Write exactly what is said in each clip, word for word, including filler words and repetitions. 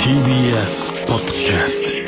ティービーエス ポッドキャスト。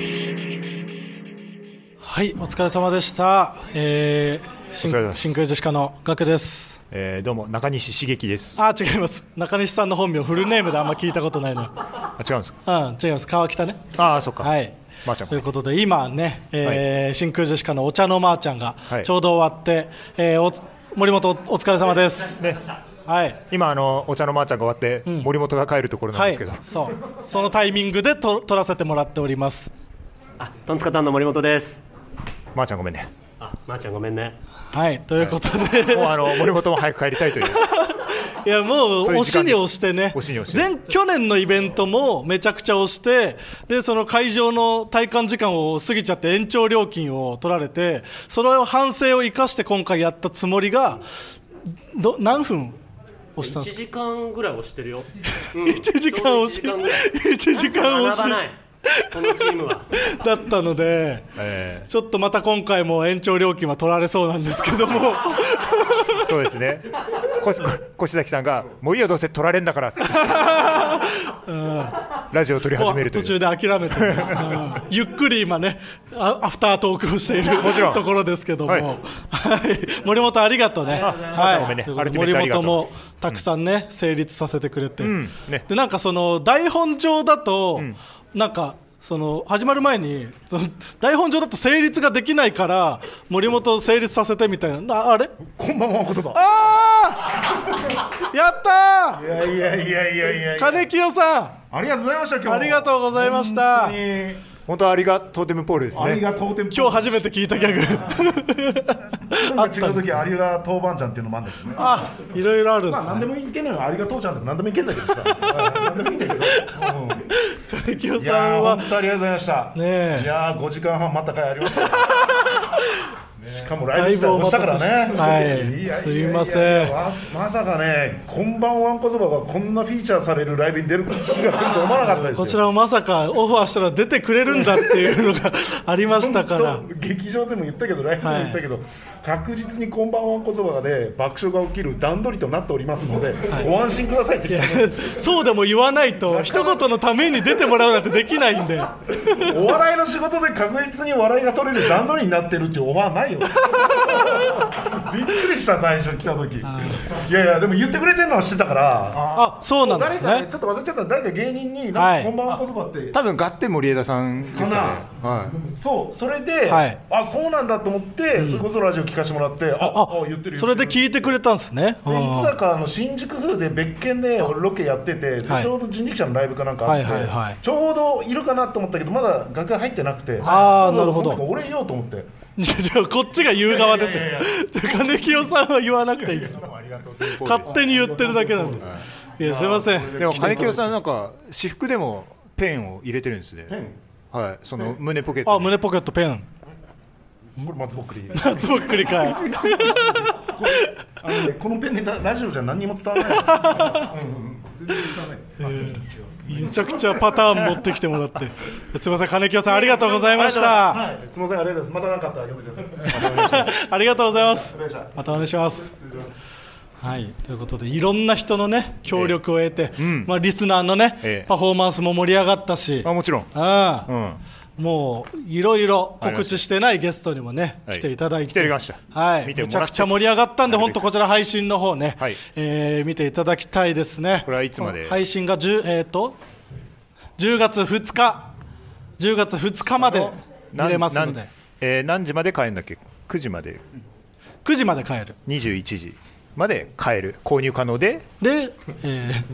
はい、お疲れ様でした。えー、真空ジェシカのガクです。 えー、どうも中西茂樹です。 あ、違います。中西さんの本名フルネームであんま聞いたことないの。 あ、違うんですか。 うん、違います。川北ね。 ああ、そっか。 はい。 まーちゃんということで今ね、えーはい、真空ジェシカのお茶のまーちゃんがちょうど終わって、はい、えー、お森本お疲れ様です。 ね。 はい、 今あのお茶のまーちゃんが終わって、うん、森本が帰るところなんですけど、 はい、そうそのタイミングでと撮らせてもらっております。 あ、トンツカタンの森本です。 まーちゃんごめんね。 あ、まーちゃんごめんね。 はい、ということで、はい、 もうあの森本も早く帰りたいといういやもう押しに押してね、 押しに押して前去年のイベントもめちゃくちゃ押して、でその会場の体感時間を過ぎちゃって延長料金を取られて、それを反省を生かして今回やったつもりがど何分押したんですか。 いちじかんぐらい押してるよ、 うん、いちじかん押しいちじかん押し学ばないこのチームはだったので、えー、ちょっとまた今回も延長料金は取られそうなんですけどもそうですね、越崎さんがもういいよどうせ取られんだからって、うん、ラジオを取り始めるという途中で諦めて、ね、うん、ゆっくり今ねアフタートークをしているところですけども、はいはい、森本ありがとうね。 あ、はい、ごめんね、 森本もたくさんね、うん、成立させてくれて、 うんね、 でなんかその台本上だと、うん、なんかその始まる前にその台本上だと成立ができないから森本を成立させてみたいな、あ, あれこんばんは、こそば、 あーやったー、 いやいやいやいやいや、 金清さんありがとうございました。今日ありがとうございました。 本当に本当ありがトーテムポールですね。 ありがトーテムポール、 今日初めて聞いたギャグあったんです。ありがとうばんちゃんっていうのもあるんだけどね。 あ、いろいろあるんですね。 まあ、何でもいけないのはありがとうちゃんって何でもいけんだけどさ何でもいいんだけど、うん、 金清さんは本当ありがとうございました。 ね、 いやごじかんはん待った回ありましたねしかもライブ自体もしたからね。 はい、いやすいません。 ま, まさかね、こんばんわんこそばがこんなフィーチャーされるライブに出る日が来ると思わなかったですよ。 こちらもまさかオファーしたら出てくれるんだっていうのがありましたから劇場でも言ったけどライブでも言ったけど、はい、確実にこんばんわんこそばで爆笑が起きる段取りとなっておりますので、はい、ご安心くださいって来た。 そうでも言わないと一言のために出てもらうなんてできないんでお笑いの仕事で確実に笑いが取れる段取りになってるっていうオファーないよびっくりした、最初来た時。いやいやでも言ってくれてるのは知ってたから。 ああ、そうなんですね。 誰かね、ちょっと忘れちゃった、誰か芸人になんかこんばんはこそばって、 多分ガッテン森枝さんですかね。はい、 そう、それで、はい、あ、そうなんだと思って、うん、それこそラジオ聞かせてもらって、あああ言ってる、 それで聞いてくれたんですね。 でいつだかあの新宿風で別件でロケやってて、はい、ちょうど人力車のライブかなんかあって、はいはいはい、ちょうどいるかなと思ったけどまだ楽屋入ってなくて、 ああ、なるほど。 その時俺言おうと思って。 じゃあこっちが言う側ですよ。金清さんは言わなくていいです。勝手に言ってるだけなんで。いや、すいません。 でも金清さんなんか私服でもペンを入れてるんですね。はい、その胸ポケット。 あ、胸ポケットペン。 これ松ぼっくり。 松ぼっくりかい。 こ, あのね、このペンネタラジオじゃ何にも伝わらない。うんうん、全然伝わらない。 めちゃくちゃパターン持ってきてもらってすみません。金清さんありがとうございました。 はい、すみません、ありがとうございます。また何かあったら呼んでください。 ありがとうございます。またお願いします。はい、ということでいろんな人のね協力を得て、ええ、うん、まあ、リスナーのね、ええ、パフォーマンスも盛り上がったし、 あ、もちろん、 あ、うん、もういろいろ告知してないゲストにもね来ていただいて、 来ていました。 はい、めちゃくちゃ盛り上がったんで、本当こちら配信の方ね、はい、えー、見ていただきたいですね。 これはいつまで配信がじゅう、えーとじゅうがつふつかじゅうがつふつかまで見れますので、 えー、何時まで帰るんだっけ。くじまで、 くじまで帰る、 にじゅういちじまで帰る、購入可能でで、えー、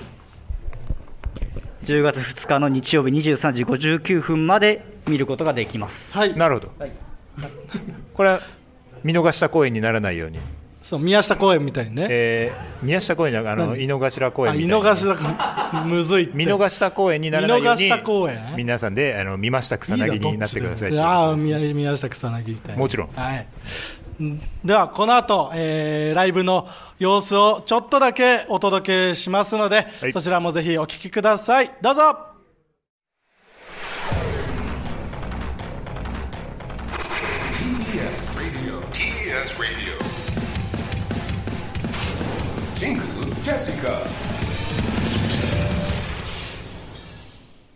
じゅうがつふつかの日曜日にじゅうさんじごじゅうきゅうふんまで見ることができます。 はい、 なるほど、はい、これは見逃した公演にならないように。 そう、宮下公園みたいにね、 えー、宮下公園じゃあの井の頭公園みたいに、 井の頭むずいって、 見逃した公園にならないように見逃した公園、 皆さんであの見ました草薙になってください。 ああ、宮下草薙みたいな、 もちろん、 はい、ではこの後、えー、ライブの様子をちょっとだけお届けしますので、はい、そちらもぜひお聞きください。どうぞ。ティービーエス Radio ティービーエス Radio 真空ジェシカ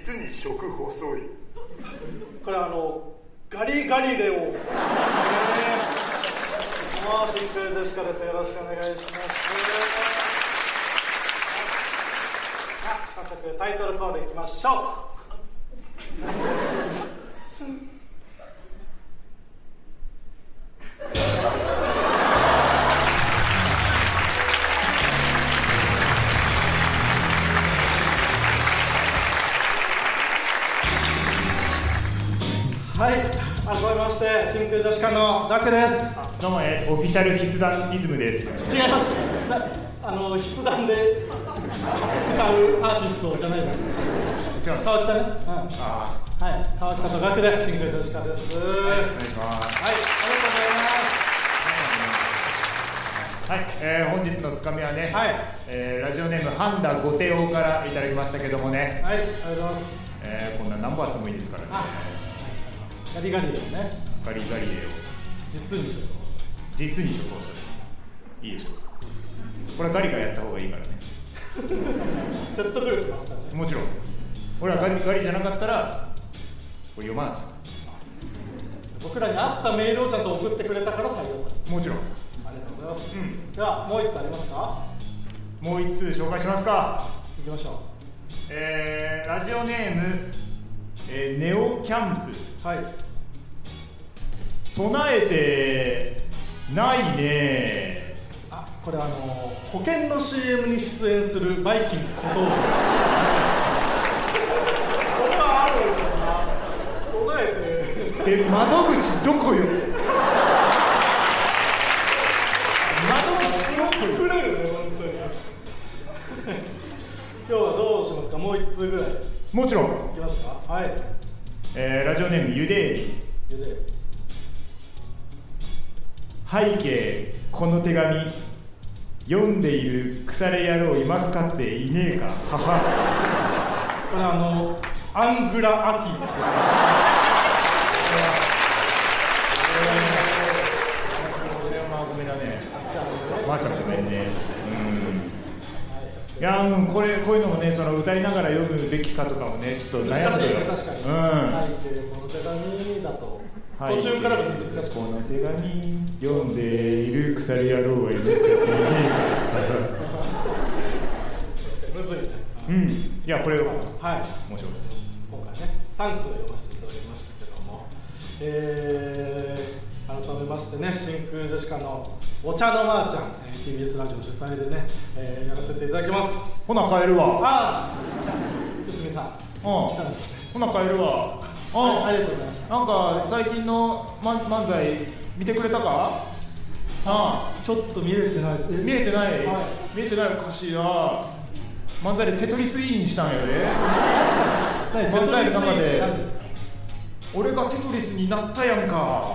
実に食細い。 これあのガリガリレオ、えー、真空ジェシカです。よろしくお願いします。早速タイトルコールいきましょう。はい、改めまして真空ジェシカのダックです。 どうも、えオフィシャル筆談リズムです。 違います。あの筆談で歌うアーティストじゃないです。 違う。 川北ね。うん、 あはい、川北とダックで真空ジェシカです。はい、お願いします。はい、ありがとうございます。 はい、えー、本日のつかみはね、 はい、 えー、ラジオネームハンダゴテオからいただきましたけどもね、 はい、ありがとうございます。 えー、こんな何本あってもいいですからね。 ガリガリレオね。 ガリガリレオ。 実に食細い。実に食細い。いいでしょう。これはガリがやった方がいいからね。 説得力ましたね。 もちろん。俺はガリガリじゃなかったら、これ読まなかった。 僕らに合ったメールをちゃんと送ってくれたから採用された。 もちろん。 ありがとうございます。 うん、 ではもう一つありますか。 もう一通紹介しますか。 いきましょう。 えー、ラジオネーム、えー、ネオキャンプ。 はい。 備えてないね。 あ、これあの保険の シーエム に出演するバイキング小峠。これはあるよな。備えて。 で、窓口どこよ。 作れるね、本当に。今日はどうしますか、もう一通ぐらい。 もちろん。 いきますか。はい。 えー、ラジオネームゆでえび。 ゆでえび。 背景、この手紙。読んでいる腐れ野郎いますかっていねえか。はは。 これあのアングラアキですね。 ごめんだね。まーちゃんごめんね。うん。いや、うん、これこういうのもね、その歌いながら読むべきかとかもね、ちょっと悩むけど。 確かに。 うん。 はい、この手紙だと途中からが難しい。 この手紙読んでいる腐れ野郎はいますかっていねえか。 むずいね。 うん。いや、これははい。 面白いです。 今回ね、さん通読ませていただきましたけども、えー、改めましてね、真空ジェシカのお茶のまーちゃん、えー、ティービーエス ラジオ主催でね、えー、やらせていただきます。 ほな帰るわ。 ああ、内海さん、 うん。 いたんですね。 ほな帰るわ。 あ、はい、ありがとうございました。 なんか最近の漫才見てくれたか？あちょっと見れてないです。 見えてない、 はい、 見えてないおかしいな。漫才でテトリスインしたんやで。漫才の中で俺がテトリスになったやんか。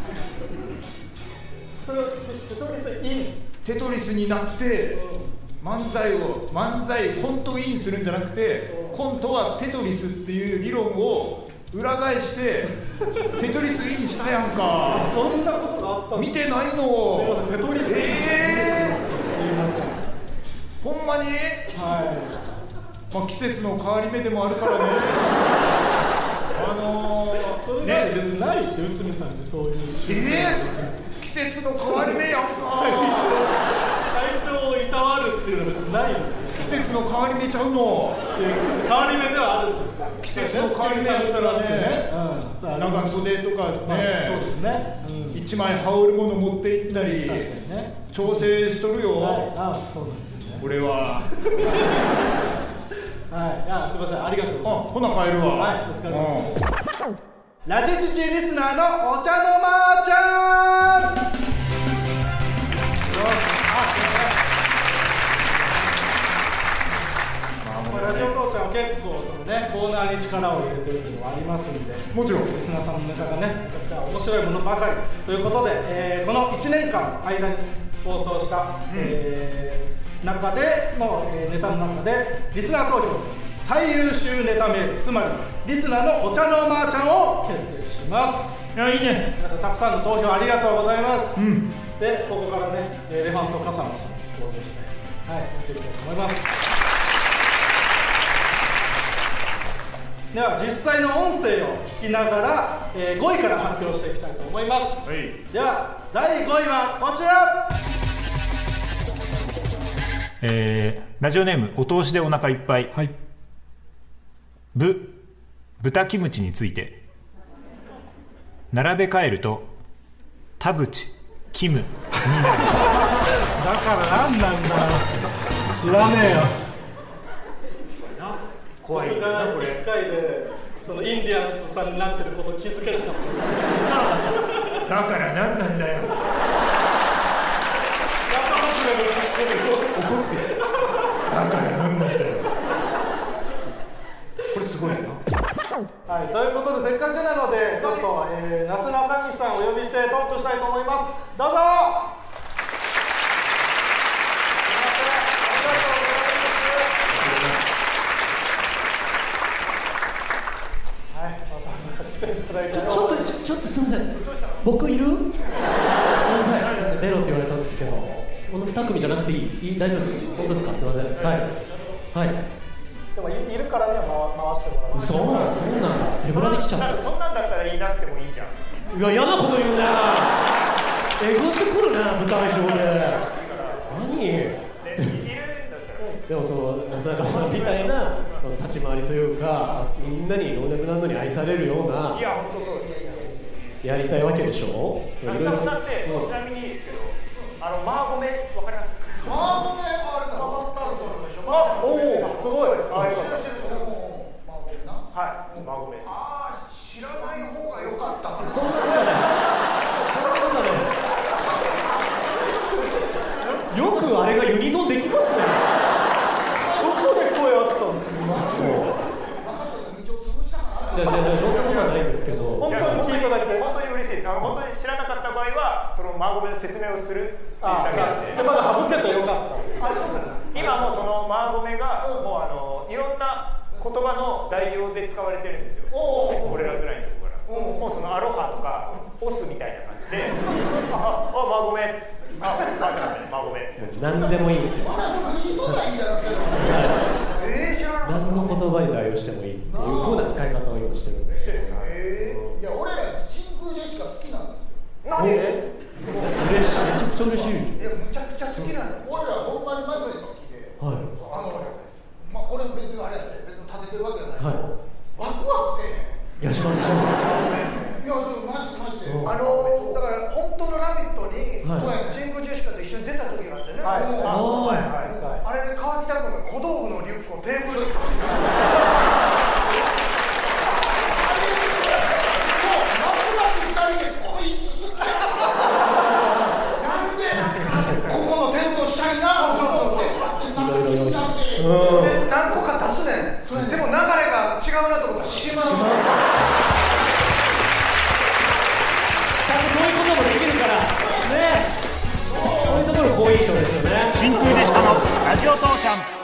それテトリスインテトリスになって漫才を漫才コントインするんじゃなくて、コントはテトリスっていう理論を裏返してテトリスインしたやんか。 そんなことがあったんですか？ 見てないの？ すいません、テトリスイン。 えー、すいません。 ほんまに？ はい。 まあ季節の変わり目でもあるからね。あのー、 それは別にないって、内海さんでそういう。 えー、季節の変わり目やんか。 体調をいたわるっていうのは別にないんですよ。 季節の変わり目ちゃうの。 いや、季節変わり目ではあるんですよ。 季節の変わり目やったらね、うん、長袖とかね、 まあ、そうですね、うん、 一枚羽織るもの持って行ったり、 確かにね、 調整しとるよ、 はい、あ、そうなんですね。 俺ははい、あ、すみません、ありがとうございます。 あ、ほな帰るわ。 はい、お疲れ様です。ラジチチリスナーのお茶のまーちゃん。ラジオ父ちゃんは結構そのね、コーナーに力を入れてるのもありますんで、 もちろんリスナーさんのネタがね、めちゃくちゃ面白いものばかりということで、えー、このいちねんかんの間に放送した、うん、えー、中での、えー、ネタの中でリスナー投票最優秀ネタメール、つまりリスナーのお茶のまーちゃんを決定します。 いや、いいね。 皆さんたくさんの投票ありがとうございます、 うん、 で、ここからね、エレファント笠間氏に登場して、はい、やっていきたいと思います。 では実際の音声を聞きながら、えー、ごいから発表していきたいと思います、はい、ではだいごいはこちら。 えー、ラジオネームお通しでお腹いっぱい、はい、ぶ豚キムチについて並べ替えると田淵キムになるだから何なんだ知らねえよ。怖いなこれ。いっかいでそのインディアンスさんになってること気づけなかった。 だから何なんだよ。怒って。だから何なんだよ。これすごいな。 はい、ということでせっかくなのでちょっと、えー、那須中西さんをお呼びしてトークしたいと思います。どうぞ。 ちょ, ちょっとちょちょっとすみません、僕いる？ごめんなさい、出ろって言われたんですけど、このに組じゃなくていい？いい大丈夫ですか？本当ですか？すみません。はいはい。 でも い, いるからには回してもらう。 そうなんだ、そうなんだ。手ぶらで来ちゃった。 そんなんだったらいなくてもいいじゃん。 いや嫌なこと言うな。えぐってくるな舞台上で。何？でもその那須中さんみたいなその立ち回りというか、みんなに老若男女に愛されるような。 いや本当そう。 やりたいわけでしょ。 那須中さんって、ちなみにいいですけど、あのマーゴメわかります？ マーゴメあれハマったるとでしょ。 あ、おお、すごい。 あ、よかった。マーゴメな。 はい、マーゴメです。 ああ、知らない方が良かった。 そんなことないです。そんなことないです。よくあれがユニゾンできますね。 どこで声あったんですか？ じゃあじゃあそんなことはないんですけど。 本当に聞いただけ。 本当に嬉しいです。あの本当に知らなかった場合はそのマーゴメの説明をするっていうだけなんで。 でまだ省けてよかった。 あ、そうなんです。 今もうそのマーゴメがもうあのいろんな言葉の代用で使われてるんですよ。これらぐらいのところから。もうそのアロハとかオスみたいな感じで、あ、あマーゴメ。あ、マーゴメ。 何でもいいんですよ。何の言葉に代用してもいいっていう風な使い方を今してるんですけど。 いや、俺ら真空ジェシカ好きなんですよ。 何？ 嬉しい、めちゃくちゃ嬉しい。 いや、むちゃくちゃ好きなの。俺らほんまにマジで好きで。はい。あの、まあこれ別にあれやで、別に立ててるわけじゃないけど、ワクワクせえへん。 いや、しますします。 いや、ちょっとマジマジで。あの、だから本当のラビットに真空ジェシカと一緒に出た時があってね。はい。あれで川北君が小道具のリュックをテーブルに隠してた。何個か出すねん。でも流れが違うなと思ったらしまう。ちゃんとそういうこともできるからね。そういうところ好印象ですよね。 真空ジェシカのラジオ父ちゃん。